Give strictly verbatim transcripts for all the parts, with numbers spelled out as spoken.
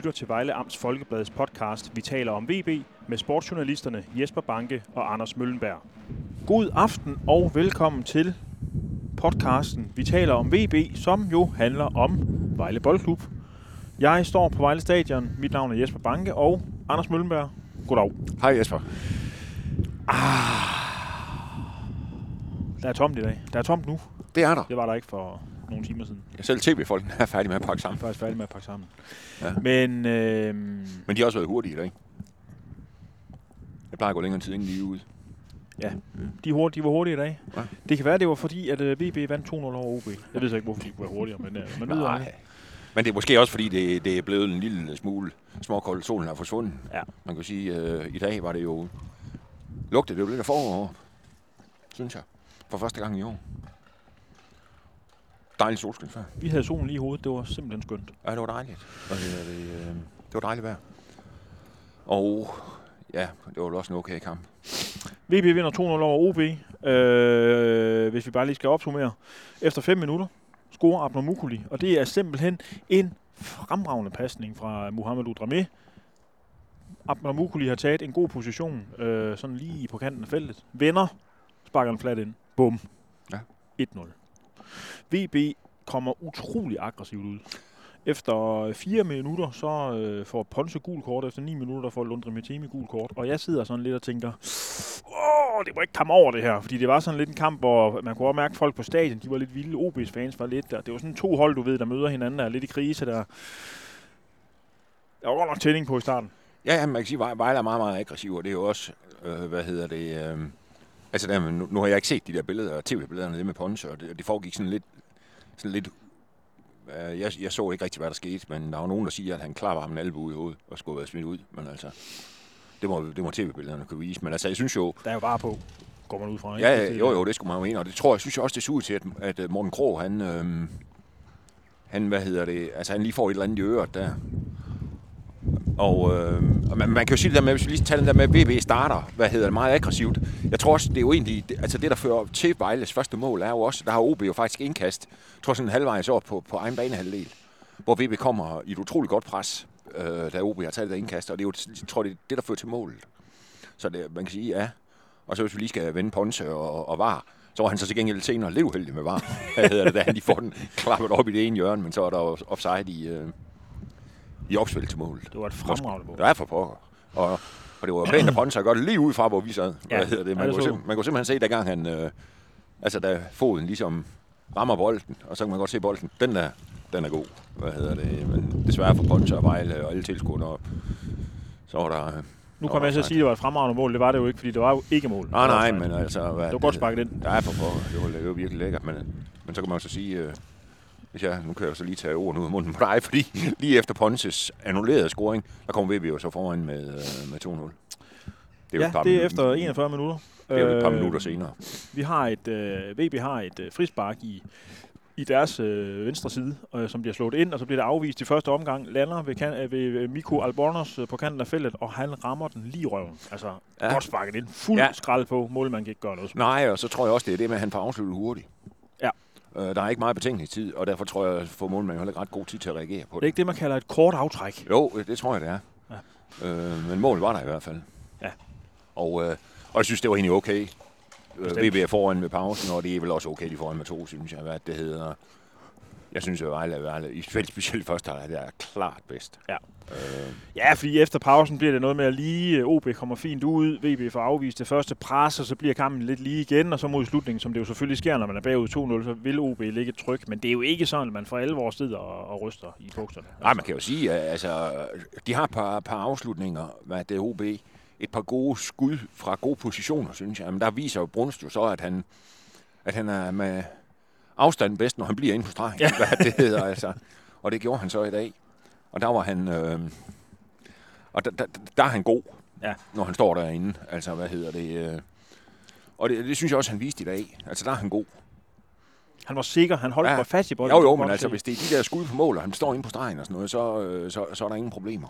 lytter til Vejle Amts Folkebladets podcast. Vi taler om V B med sportsjournalisterne Jesper Banke og Anders Møllenberg. God aften og velkommen til podcasten. Vi taler om V B, som jo handler om Vejle Boldklub. Jeg står på Vejle Stadion. Mit navn er Jesper Banke og Anders Møllenberg. Goddag. Hej Jesper. Ah, der er tomt i dag. Der er tomt nu. Det er der. Det var der ikke for nogle timer siden. Jeg selv tv-folkene er færdige med at pakke sammen. Jeg er faktisk færdig med at pakke sammen. Ja. Men, øh, Men de har også været hurtige i dag. Jeg plejer at gå længere tid, inden de er ude. Ja, de, hurtige, de var hurtige i dag. Ja. Det kan være, det var fordi, at uh, V B vandt to nul over O B. Jeg ved så ikke, hvorfor de kunne være hurtigere, men uh, man ved Nej. Men det er måske også fordi, det, det er blevet en lille smule småkoldt. Solen er forsvundet. Ja. Man kan sige, at uh, i dag var det jo... Lugtede det jo lidt af forår, synes jeg. For første gang i år. Dejligt solskin før. Vi havde solen lige i hovedet. Det var simpelthen skønt. Ja, det var dejligt. Og det, det, øh, det var dejligt vejr. Og ja, det var også en okay kamp. V B vinder to nul over O B. Øh, hvis vi bare lige skal opsummere. Efter fem minutter scorer Abner Mucoli. Og det er simpelthen en fremragende pasning fra Mohamedou Dramé. Abner Mucoli har taget en god position. Øh, sådan lige på kanten af feltet. Vender. Sparker den flat ind. Bum. Ja. et nul. V B kommer utrolig aggressivt ud. Efter fire minutter, så øh, får Ponce gul kort. Efter ni minutter får Lundre Metemi gul kort. Og jeg sidder sådan lidt og tænker, åh, det må ikke komme over det her. Fordi det var sådan lidt en kamp, hvor man kunne også mærke, at folk på stadion, de var lidt vilde. O B's fans var lidt der. Det var sådan to hold, du ved, der møder hinanden, der er lidt i krise der. Der var godt nok tænding på i starten. Ja, ja, man kan sige, at Vejle er meget, meget aggressiv, og det er jo også, øh, hvad hedder det... Øh, altså, der, nu, nu har jeg ikke set de der billeder, tv-billederne, det med Ponce, og det, det foregik sådan lidt... Sådan lidt øh, jeg, jeg så ikke rigtig, hvad der skete, men der var nogen, der siger, at han klar var med en albue i hovedet og skulle være smidt ud, men altså... Det må, det må tv-billederne kunne vise, men altså, jeg synes jo... Der er jo bare på, går man ud fra, ikke? Ja, jo, jo, det skulle man jo mene, og det tror jeg, synes jeg også, det ser ud til, at, at Morten Krog, han... Øh, han, hvad hedder det... Altså, han lige får et eller andet i øret der. Og, øh, og man, man kan jo sige det der med, hvis vi lige tager den der med, at V B starter, hvad hedder det, meget aggressivt. Jeg tror også, det er jo egentlig, det, altså det der fører til Vejles første mål, er jo også, der har O B jo faktisk indkast, jeg tror sådan en halvvejs op på, på egen banehalvdel, hvor V B kommer i et utroligt godt pres, øh, da O B har taget det indkast, og det er jo, jeg tror, det er det, der fører til målet. Så det, man kan sige, ja. Og så hvis vi lige skal vende Ponce og, og var, så var han så til gengæld senere lidt uheldig med var, hvad hedder det, da han lige får den klappet op i det ene hjørne, men så er der offside i... Øh, i opspil til målet. Det var et fremragende mål. Det er for pokker. Og, og det var pænt af Ponce at gøre det lige ud fra, hvor vi sad. Ja, hvad hedder det? Man, ja, kunne sim- man kunne simpelthen se, da gang han, øh, altså da foden ligesom rammer bolden, og så kan man godt se bolden. Den der, den er god. Hvad hedder det? Men desværre for Ponce og Vejle og alle tilskuerne op, så var der... Øh, nu kan man så sige, at det var et fremragende mål. Det var det jo ikke, fordi det var jo ikke mål. Nej, nej, men altså... Hvad, det var godt sparket ind. Det er for pokker. Det var, det var virkelig lækkert, men, men så kan man også sige... Øh, Hvis jeg, nu kan jeg så lige tage ordene ud af munden på dig, fordi lige efter Ponces annullerede scoring, der kom V B jo så foran med, med to nul. Det er ja, det er minutter. Efter enogfyrre minutter. Det er jo et par øh, minutter senere. Vi har et, øh, V B har et øh, frispark i, i deres øh, venstre side, øh, som bliver slået ind, og så bliver det afvist i første omgang. Lander ved, kan, øh, ved Mikko Albornoz øh, på kanten af feltet, og han rammer den lige i røven. Altså, ja. Godt sparket ind. Fuld ja. Skrald på. Målmanden kan ikke gøre noget. Nej, og så tror jeg også, det er det med, at han får afsluttet hurtigt. Ja. Øh, der er ikke meget betænkningstid, og derfor tror jeg, at får målmanden heller ikke ret god tid til at reagere på det. Det er ikke det, man kalder et kort aftræk. Jo, det tror jeg, det er. Ja. Øh, men målet var der i hvert fald. Ja. Og, øh, og jeg synes, det var egentlig okay. V B er foran med pausen, og det er vel også okay, de foran med to, synes jeg, hvad det hedder. Jeg synes, at Vejle er i specielt første halvleg, det er klart bedst. Ja. Øh. Ja, fordi efter pausen bliver det noget med at lige O B kommer fint ud, V B får afvist det første pres, og så bliver kampen lidt lige igen, og så mod slutningen, som det jo selvfølgelig sker, når man er bagud to nul, så vil O B ligge et tryk, men det er jo ikke sådan, at man for alvor sidder og, og ryster i bukserne. Nej, man kan jo sige, at altså, de har et par, par afslutninger, hvad det er O B, et par gode skud fra gode positioner, synes jeg, men der viser jo Brunst jo så, at han, at han er med afstanden bedst, når han bliver inde på stregen, ja. Hvad det hedder, altså. Og det gjorde han så i dag. Og der var han, øh, og der, der, der er han god, ja. Når han står derinde. Altså, hvad hedder det? Øh, og det, det synes jeg også, han viste i dag. Altså, der er han god. Han var sikker, han holdt ja. fast i bolden. Jo, jo, men altså, hvis det er de der skud på mål, og han står inde på stregen og sådan noget, så, øh, så, så er der ingen problemer.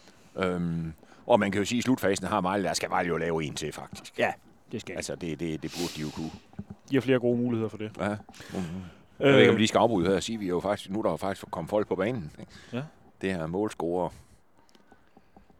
Øhm, og man kan jo sige, at i slutfasen har Vejle, der skal Vejle jo lave en til, faktisk. Ja, det skal Altså, det, det, det burde de jo kunne. De har flere gode muligheder for det. Ja. Mm-hmm. Jeg ved ikke, om de skal afbryde her og sige, vi er jo faktisk, nu er der jo faktisk kommet folk på banen. Ikke? Ja. Det her målscorer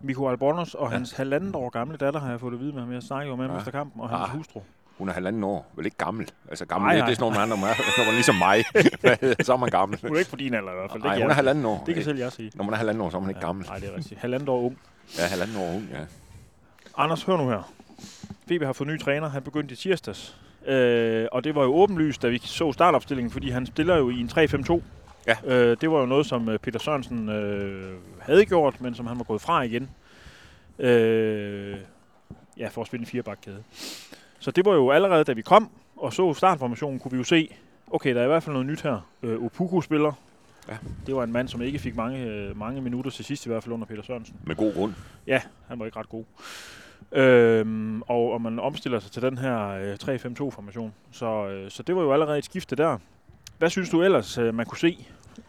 Mikko Albonos og ja. hans halvandet år gamle datter har jeg fået at vide med ham. Jeg snakker jo med ham ja. efter kampen, og hans ah. hustru. Hun er halvanden år. Vel ikke gammel. Altså gammel, ej, ej. Det er sådan nogle andre, når man er ligesom mig. Så er man gammel. Hun er ikke på din alder i hvert fald. Nej, hun er halvanden år. Det kan selv jeg sige. Når man er halvanden år, så er man ikke ja. gammel. Nej, det er rigtigt. Halvandet år ung. Ja, halvanden år ung, ja. Anders, hør nu her. V B har fået ny træner. Han begyndte i tirsdags. Øh, og det var jo åbenlyst, da vi så startopstillingen, fordi han stiller jo i en tre fem to. Ja. Øh, det var jo noget, som Peter Sørensen øh, havde gjort, men som han var gået fra igen. Øh, ja, for at spille en firebakkæde. Så det var jo allerede, da vi kom og så startformationen, kunne vi jo se, okay, der er i hvert fald noget nyt her. Øh, Opoku spiller. Ja. Det var en mand, som ikke fik mange, mange minutter til sidst, i hvert fald under Peter Sørensen. Med god grund. Ja, han var ikke ret god. Øhm, og, og man omstiller sig til den her øh, tre fem to formation. Så, øh, så det var jo allerede et skifte der. Hvad synes du ellers, øh, man kunne se?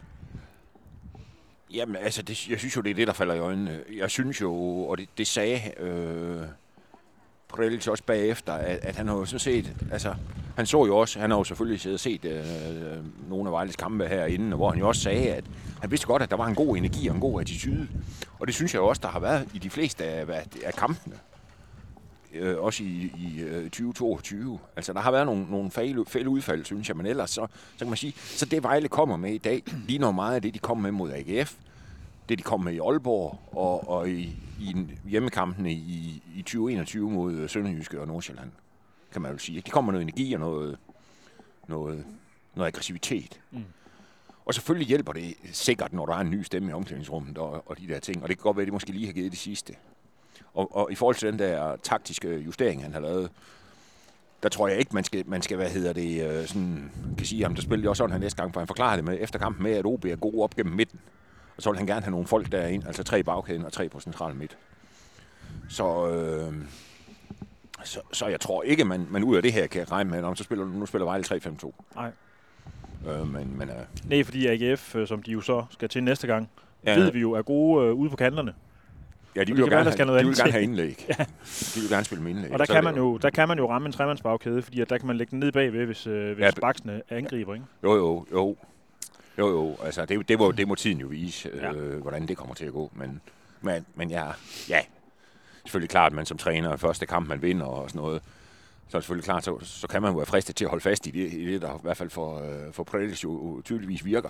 Jamen, altså, det, jeg synes jo, det er det, der falder i øjnene. Jeg synes jo, og det, det sagde øh, Prelic også bagefter, at, at han har jo sådan set, altså, han så jo også, han har jo selvfølgelig siddet og set øh, nogle af Vejles kampe herinde, hvor han jo også sagde, at han vidste godt, at der var en god energi og en god attitude. Og det synes jeg jo også, der har været i de fleste af, af kampene. Øh, også i, i øh, tyve toogtyve. Altså, der har været nogle, nogle fælde udfald, synes jeg, men ellers så, så kan man sige, så det Vejle kommer med i dag, ligner meget af det, de kom med mod A G F, det de kom med i Aalborg, og, og i, i hjemmekampene i, i tyve enogtyve mod Sønderjyske og Nordsjælland, kan man jo sige. De kommer med noget energi og noget, noget, noget aggressivitet. Mm. Og selvfølgelig hjælper det sikkert, når der er en ny stemme i omklædningsrummet og, og de der ting, og det kan godt være, at de måske lige har givet det sidste. Og, og i forhold til den der taktiske justering, han har lavet, der tror jeg ikke, man skal, man skal hvad hedder det, sådan, kan sige ham, der spiller jo også sådan her næste gang, for han forklarer det med, efter kampen med, at O B er god op gennem midten. Og så vil han gerne have nogle folk derinde, altså tre i bagkæden og tre på central midt. Så, øh, så, så jeg tror ikke, man, man ud af det her kan regne med, om så spiller nu spiller Vejle tre fem to. Nej. Øh, men, men, øh, Nej, fordi A G F, som de jo så skal til næste gang, ja, ved vi jo er gode øh, ude på kanterne. Ja, de vil jo gerne, have, de vil gerne have indlæg. Ja. De vil gerne spille med indlæg. Og der kan, man jo, der kan man jo ramme en tremandsbagkæde, fordi at der kan man lægge den ned bagved, hvis, øh, hvis ja, baksene angriber, ikke? Jo, jo, jo. Jo, jo. Altså, det, det, må, det må tiden jo vise, ja. øh, hvordan det kommer til at gå. Men, men, men ja, ja, selvfølgelig klart, at man som træner, første kamp, man vinder og sådan noget, så er det selvfølgelig klart, så, så kan man jo være fristet til at holde fast i det, i det der i hvert fald for, øh, for Prelic jo tydeligvis virker.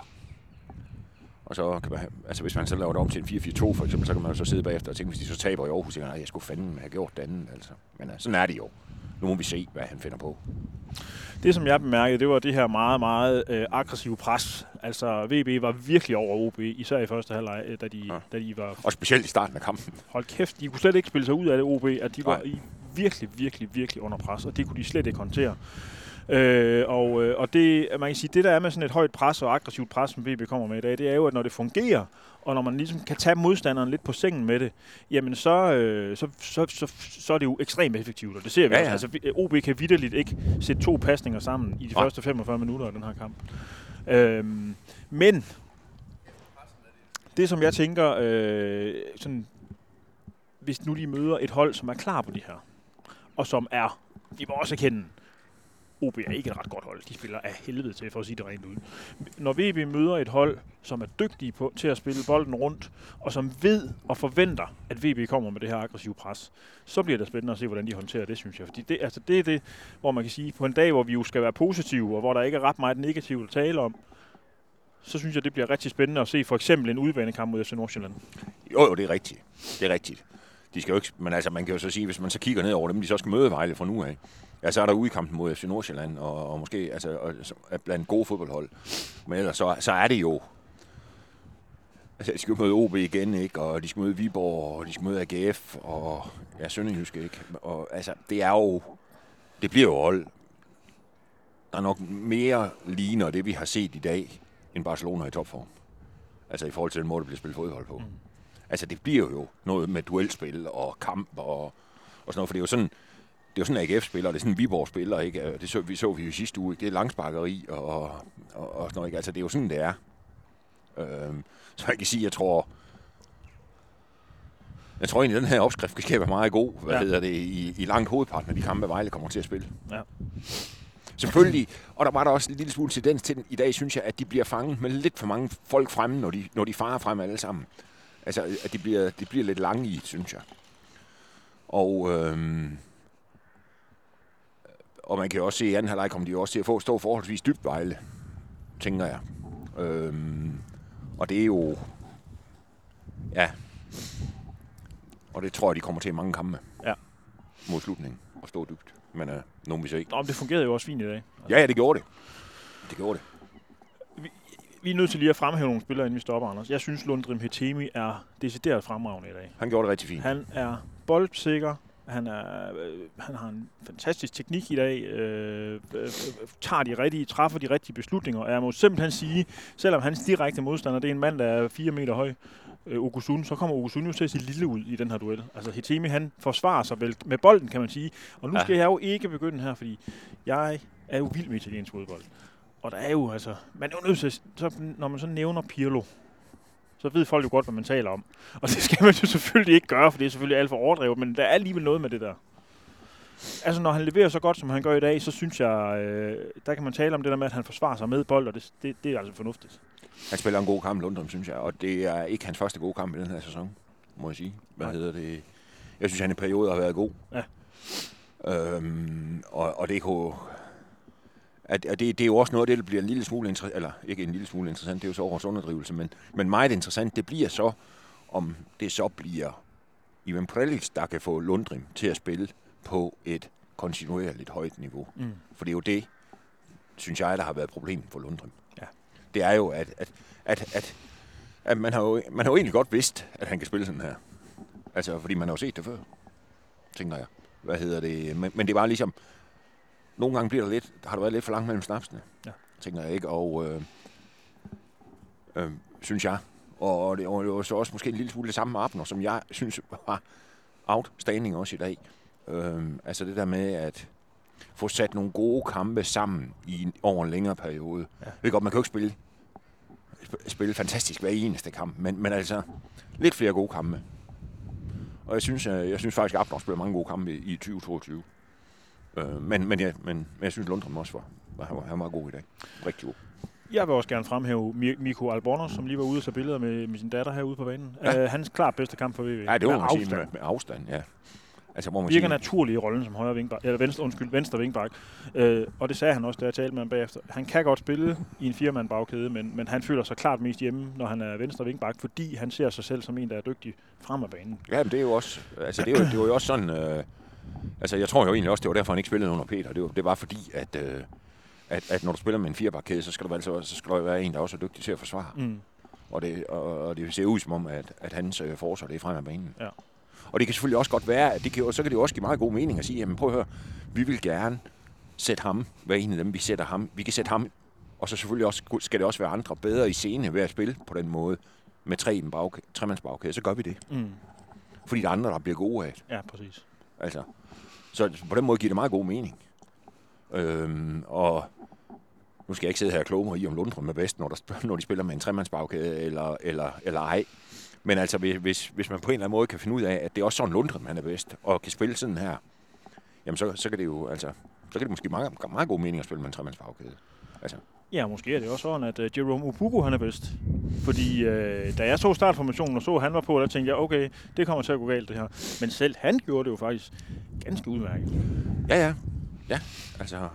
Og så kan man, altså hvis man så laver det om til en fire fire to for eksempel, så kan man jo så sidde bagefter og tænke, hvis de så taber i Aarhus, så jeg skulle fandme have gjort det andet, altså. Men altså, sådan er det jo. Nu må vi se, hvad han finder på. Det, som jeg bemærkede, det var det her meget, meget øh, aggressive pres. Altså, V B var virkelig over O B, især i første halvleg, da de, ja. da de var... Og specielt i starten af kampen. Hold kæft, de kunne slet ikke spille sig ud af det, O B, at de var i virkelig, virkelig, virkelig under pres, og det kunne de slet ikke håndtere. Øh, og, og det, man kan sige, det der er med sådan et højt pres og aggressivt pres, som V B kommer med i dag, det er jo, at når det fungerer, og når man ligesom kan tage modstanderen lidt på sengen med det, jamen så, øh, så, så, så, så er det jo ekstremt effektivt, og det ser vi ja, ja. også. Altså, O B kan vitterligt ikke sætte to pasninger sammen i de ja. første femogfyrre minutter af den her kamp. Øh, men det, som jeg tænker, øh, sådan, hvis nu de møder et hold, som er klar på det her, og som er, de må også erkende, O B er ikke et ret godt hold. De spiller af helvede til, for at sige det rent ud. Når V B møder et hold, som er dygtige på, til at spille bolden rundt, og som ved og forventer, at V B kommer med det her aggressive pres, så bliver det spændende at se, hvordan de håndterer det, synes jeg. Fordi det, altså det er det, hvor man kan sige, på en dag, hvor vi jo skal være positive, og hvor der ikke er ret meget negativt at tale om, så synes jeg, det bliver rigtig spændende at se for eksempel en udbanekamp mod F C Nordsjælland. Jo, jo, det er rigtigt. Det er rigtigt. De skal jo ikke, men altså, man kan jo så sige, hvis man så kigger ned over dem, de så skal møde Vejle fra nu af, ja, så er der udkampen mod F C Nordsjælland, og, og måske altså, og, og blandt gode fodboldhold. Men ellers så, så er det jo, altså, de skal møde O B igen, ikke? Og de skal møde Viborg, og de skal møde A G F, og ja, Sønderjyske, ikke? Og altså, det er jo, det bliver jo hold, der er nok mere ligner det, vi har set i dag, end Barcelona i topform. Altså i forhold til den måde, der bliver spillet fodbold på. Mm. Altså, det bliver jo noget med duelspil og kamp og, og sådan noget, for det er jo sådan, det er jo sådan en A G F-spiller, det er sådan en Viborg-spiller, ikke? Det så vi, så vi jo sidste uge, ikke? Det er langsparkeri og, og, og sådan noget, ikke? Altså, det er jo sådan, det er. Øhm, så jeg kan sige, jeg tror, jeg tror egentlig, at den her opskrift skal være meget god, hvad ja. hedder det, i, i langt hovedparten af de kampe, Vejle kommer til at spille. Ja. Selvfølgelig, og der var der også en lille smule tendens til den i dag, synes jeg, at de bliver fanget med lidt for mange folk fremme, når de, når de farer frem alle sammen. altså, at de bliver, de bliver lidt lange i, synes jeg. Og, øhm, og man kan jo også se, i anden halvleg kommer de jo også til at få stå forholdsvis dybt Vejle, tænker jeg. Øhm, og det er jo... Ja. Og det tror jeg, de kommer til i mange kampe. Ja. Mod slutningen og stå dybt. Men øh, nogen vi se. Nå, men det fungerede jo også fint i dag. Altså. Ja, ja, det gjorde det. Det gjorde det. Vi, vi er nødt til lige at fremhæve nogle spillere, inden vi stopper, Anders. Jeg synes, Lundrim Hetemi er decideret fremragende i dag. Han gjorde det rigtig fint. Han er boldsikker. Han, er, øh, han har en fantastisk teknik i dag, øh, øh, tager de rigtige, træffer de rigtige beslutninger, og jeg må simpelthen sige, selvom hans direkte modstander, det er en mand, der er fire meter høj, øh, Ogusun, så kommer Ogusun jo til at se lille ud i den her duel. Altså Hetemi, han forsvarer sig vel med bolden, kan man sige, og nu skal ja. jeg jo ikke begynde her, fordi jeg er jo vild med italiensk fodbold. Og der er jo altså, man er jo nødt til, så, når man så nævner Pirlo, så ved folk jo godt, hvad man taler om. Og det skal man jo selvfølgelig ikke gøre, for det er selvfølgelig alt for overdrevet, men der er alligevel noget med det der. Altså, når han leverer så godt, som han gør i dag, så synes jeg, øh, der kan man tale om det der med, at han forsvarer sig med bold, og det, det, det er altså fornuftigt. Han spiller en god kamp, Lundrim, synes jeg, og det er ikke hans første gode kamp i den her sæson, må jeg sige. Hvad Nej. hedder det? Jeg synes, han i perioder har været god. Ja. Øhm, og, og det kunne... At, at det, det er jo også noget, det bliver en lille smule interessant, eller ikke en lille smule interessant, det er jo så årets underdrivelse, men, men meget interessant, det bliver så, om det så bliver Ivan Prelic, der kan få Lundrim til at spille på et kontinuerligt højt niveau. Mm. For det er jo det, synes jeg, der har været problemet for Lundrim. Ja. Det er jo, at, at, at, at, at man, har jo, man har jo egentlig godt vidst, at han kan spille sådan her. Altså, fordi man har jo set det før, tænker jeg. Hvad hedder det? Men, men det var ligesom... Nogle gange bliver der lidt, har der været lidt for langt mellem snapsene, ja. tænker jeg ikke, og øh, øh, synes jeg. Og det, og det var så også måske en lille smule det samme med Abner, som jeg synes var outstanding også i dag. Øh, altså det der med at få sat nogle gode kampe sammen i over en længere periode. Ja. Ved godt, man kan jo ikke spille, spille fantastisk hver eneste kamp, men, men altså lidt flere gode kampe. Og jeg synes, jeg, jeg synes faktisk, at Abner spiller mange gode kampe i, i tyve toogtyve. Øh, men, men, ja, men, men jeg synes, Lundrim også var, var, han var, han var god i dag. Rigtig god. Jeg vil også gerne fremhæve Mikko Albornoz, som lige var ude og tage billeder med, med sin datter herude på banen. Ja. Uh, hans klart bedste kamp for V V. Ja, det var man sige med, med afstand, ja. Altså, hvor man virker sige, naturlig i rollen som højre vingbak, eller venstre, undskyld, venstre vingbak. Uh, og det sagde han også, da jeg talte med ham bagefter. Han kan godt spille i en firemand bagkæde, men, men han føler sig klart mest hjemme, når han er venstre vingbak, fordi han ser sig selv som en, der er dygtig frem af banen. Ja, men det er jo også, altså det, er jo, det var jo også sådan... Øh, Altså, jeg tror jo egentlig også, det var derfor, han ikke spillede under Peter. Det var, det var fordi, at, øh, at, at når du spiller med en firebakkæde, så skal der altså, så skal der være en, der også er dygtig til at forsvare. Mm. Og, det, og, og det ser ud som om, at, at hans øh, forsvar, det er frem af banen. Ja. Og det kan selvfølgelig også godt være, at det kan, så kan det jo også give meget god mening at sige, jamen prøv at høre, vi vil gerne sætte ham, hvad en af dem, vi sætter ham. Vi kan sætte ham, og så selvfølgelig også, skal det også være andre bedre i scene ved at spille på den måde, med tre i en bagkæde, tremands bagkæde, så gør vi det. Mm. Fordi der er andre, der bliver gode af det. Ja, præcis. Altså... Så på den måde giver det meget god mening. Øhm, og nu skal jeg ikke sidde her og kloge mig i, om Lundrim er bedst, når, der, når de spiller med en tremandsbagkæde eller, eller, eller ej. Men altså, hvis, hvis man på en eller anden måde kan finde ud af, at det er også sådan Lundrim, han er bedst, og kan spille sådan her, jamen så, så kan det jo, altså, så kan det måske meget, meget god mening at spille med en tremandsbagkæde. Altså. Ja, måske er det også sådan, at uh, Jerome Opoku, han er bedst. Fordi uh, da jeg så startformationen og så, han var på, der tænkte jeg, okay, det kommer til at gå galt det her. Men selv han gjorde det jo faktisk ganske udmærket. Ja, ja. Ja, altså,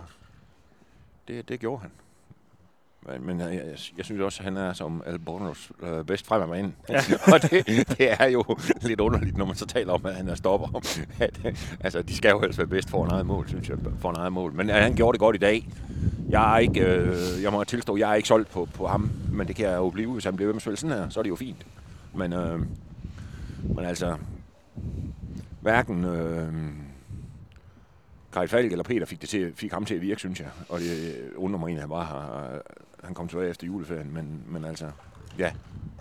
det, det gjorde han. Men, men jeg, jeg, jeg synes også, at han er som Albornoz øh, bedst frem af banen. Ja. Og det, det er jo lidt underligt, når man så taler om, at han er stopper. At, altså, de skal jo helst være bedst for en eget mål, synes jeg. For en eget mål. Men ja, han gjorde det godt i dag. Jeg er ikke, øh, jeg må tilstå, jeg er ikke solgt på, på ham, men det kan jeg jo blive, hvis han bliver ved med at spille sådan her, så er det jo fint. Men, øh, men altså, hverken øh, Kai Falk eller Peter fik, det til, fik ham til at virke, synes jeg. Og det undrer mig egentlig, at han var her. Han kom tilbage efter juleferien, men, men altså, ja.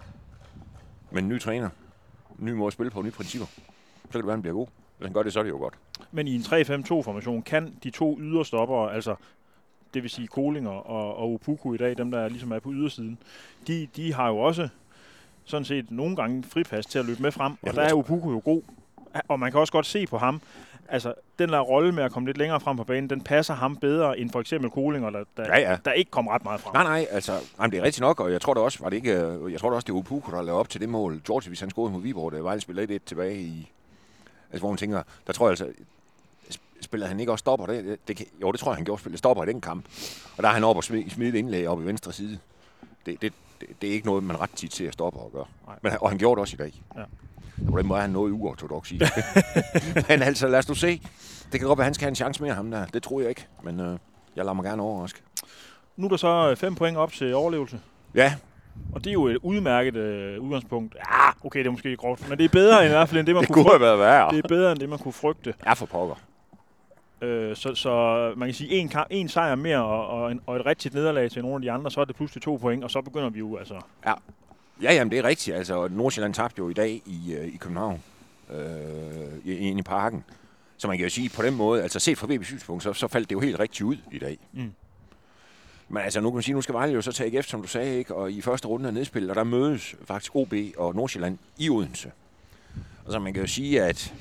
Men ny træner, ny måde at spille på, nye principper. Så kan det være, han bliver god. Hvis han gør det, så er det jo godt. Men i en tre fem to formation kan de to yderstoppere, altså det vil sige Kolinger og, og Opoku i dag, dem der ligesom er på ydersiden, de, de har jo også sådan set nogle gange fripas til at løbe med frem, og ja, der er Opoku jo god. Og man kan også godt se på ham, altså den der rolle med at komme lidt længere frem på banen, den passer ham bedre end for eksempel Kolinger, der, der, ja, ja. der ikke kom ret meget frem. Nej, nej, altså, jamen, det er rigtigt nok, og jeg tror da også, var det ikke, jeg tror da også, det var Upuko, der lavede op til det mål. George, hvis han scorede mod Viborg, det var Vejle spiller et tilbage i, altså hvor man tænker, der tror jeg altså, spiller han ikke også stopper det? det, det jo, det tror jeg, han gjorde, spiller stopper i den kamp. Og der er han oppe og smidt indlæg oppe i venstre side. Det, det, det, det er ikke noget, man ret tit ser at stoppe og gøre. Men, og han gjorde det også i dag. Ja. På den måde er han noget uortodoks i. Men altså, lad os nu se. Det kan godt være, at han skal have en chance mere, ham der. Det tror jeg ikke, men øh, jeg lader mig gerne overraske. Nu er der så fem point op til overlevelse. Ja. Og det er jo et udmærket øh, udgangspunkt. Ja, okay, det er måske ikke grovt, men det er bedre end i hvert fald end det, man det kunne, kunne frygte. Være. Det er bedre end det, man kunne frygte. Ja, for pokker. Øh, så, så man kan sige, en, kamp, en sejr mere og, og, en, og et rigtigt nederlag til nogle af de andre, så er det pludselig to point, og så begynder vi jo altså... Ja, ja jamen, det er rigtigt. Altså, Nordsjælland tabte jo i dag i, øh, i København, øh, inde i parken. Så man kan jo sige, på den måde, altså set fra V B's synspunkt, så, så faldt det jo helt rigtigt ud i dag. Mm. Men altså, nu kan man sige, nu skal Vejle jo så tage A G F, som du sagde, ikke? Og i første runde af nedspil, og der mødes faktisk O B og Nordsjælland i Odense. Og så man kan jo sige, at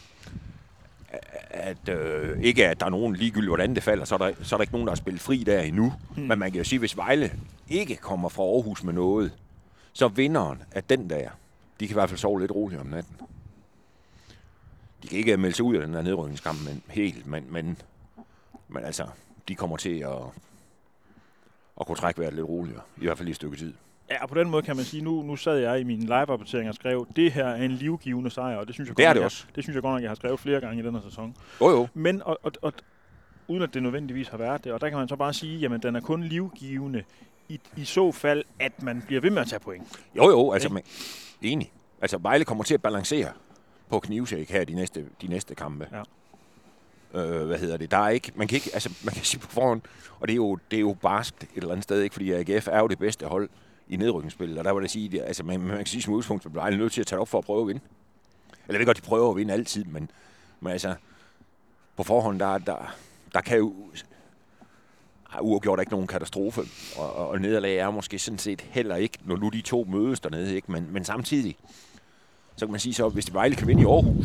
at øh, ikke at der er nogen ligegyldigt, hvordan det falder, så er der, så er der ikke nogen, der har spillet fri der endnu. Mm. Men man kan jo sige, hvis Vejle ikke kommer fra Aarhus med noget, så vinderen af den der, de kan i hvert fald sove lidt roligt om natten. De kan ikke melde sig ud af den der nedrykningskamp, men helt, men, men, men altså, de kommer til at, at kunne trække vejret lidt roligere, i hvert fald i et stykke tid. Ja, og på den måde kan man sige, nu, nu sad jeg i min live-rapportering og skrev, det her er en livgivende sejr, og det synes jeg, det godt, er det jeg, også. Det synes jeg godt nok, jeg har skrevet flere gange i denne sæson. Jo, jo. Men, og, og, og, uden at det nødvendigvis har været det, og der kan man så bare sige, jamen den er kun livgivende i, i så fald, at man bliver ved med at tage point. Jo, jo, altså, man, enig. Altså, Vejle kommer til at balancere på knivsæk her de næste, de næste kampe. Ja. Øh, hvad hedder det? Der er ikke, man kan ikke, altså, man kan sige på forhånd, og det er jo, det er jo barskt et eller andet sted, ikke? Fordi A G F er jo det bedste hold i nedrykningsspillet, og der var det sige, altså man, man kan sige som udgangspunkt, at Vejle er nødt til at tage op for at prøve at vinde. Eller det er godt, de prøver at vinde altid, men, men altså, på forhånd, der, der, der kan jo uafgjort ikke nogen katastrofe, og, og, og nederlag er måske sådan set heller ikke, når nu de to mødes dernede, ikke? Men, men samtidig, så kan man sige så, hvis de Vejle kan vinde i Aarhus,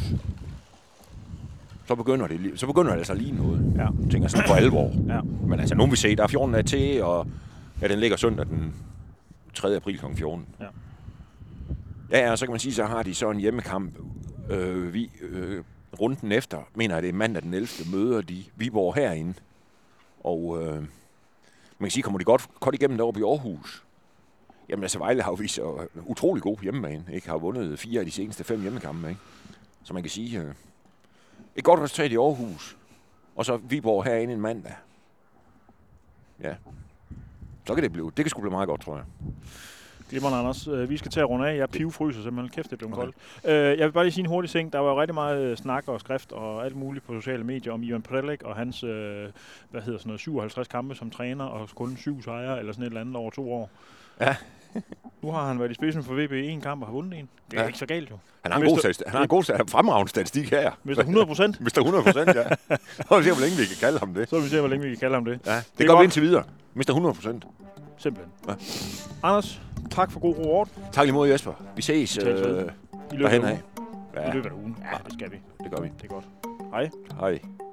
så begynder det, så begynder det altså lige noget. Ja. Jeg tænker sådan for alvor. Ja. Men altså, nu vil vi se, der er fjorten dage til, og ja, den ligger søndag den tredje april klokken fjorten. Ja. Ja, og så kan man sige, så har de så en hjemmekamp. Øh, vi, øh, runden efter, mener jeg, det er mandag den ellevte møder de Viborg herinde. Og øh, man kan sige, kommer de godt, godt igennem deroppe i Aarhus. Jamen altså, Vejle har jo vist sig utrolig god hjemmebane, ikke? Har vundet fire af de seneste fem hjemmekampe, ikke? Så man kan sige, øh, et godt resultat i Aarhus, og så Viborg herinde en mandag. Ja, så kan det blive, det kan sgu blive meget godt, tror jeg. Glimrende, Anders. Vi skal til at runde af. Jeg pivfryser simpelthen. Kæft, det blev okay. koldt. Jeg vil bare lige sige en hurtig ting. Der var jo rigtig meget snak og skrift og alt muligt på sociale medier om Ivan Prelik og hans, hvad hedder sådan noget, syvoghalvtreds kampe som træner og kun syv sejre eller sådan et eller andet over to år. Ja. Nu har han været i spidsen for V B i en kamp og har vundet en. Det er ja. Ikke så galt jo. Han har en god, statistik. Han har en god fremragende statistik her. mister hundrede procent. mister hundrede procent, ja. Så vil vi se, hvor længe vi kan kalde ham det. Så vil vi se, hvor længe vi kan kalde ham det. Ja, det, det går vi indtil videre. mister hundrede procent. Simpelthen. Ja. Anders, tak for god ord. Tak lige mod Jesper. Vi ses øh, I løbet af ugen. Ja. I løbet af ugen. Ja, det skal vi. Det gør vi. Det er godt. Hej. Hej.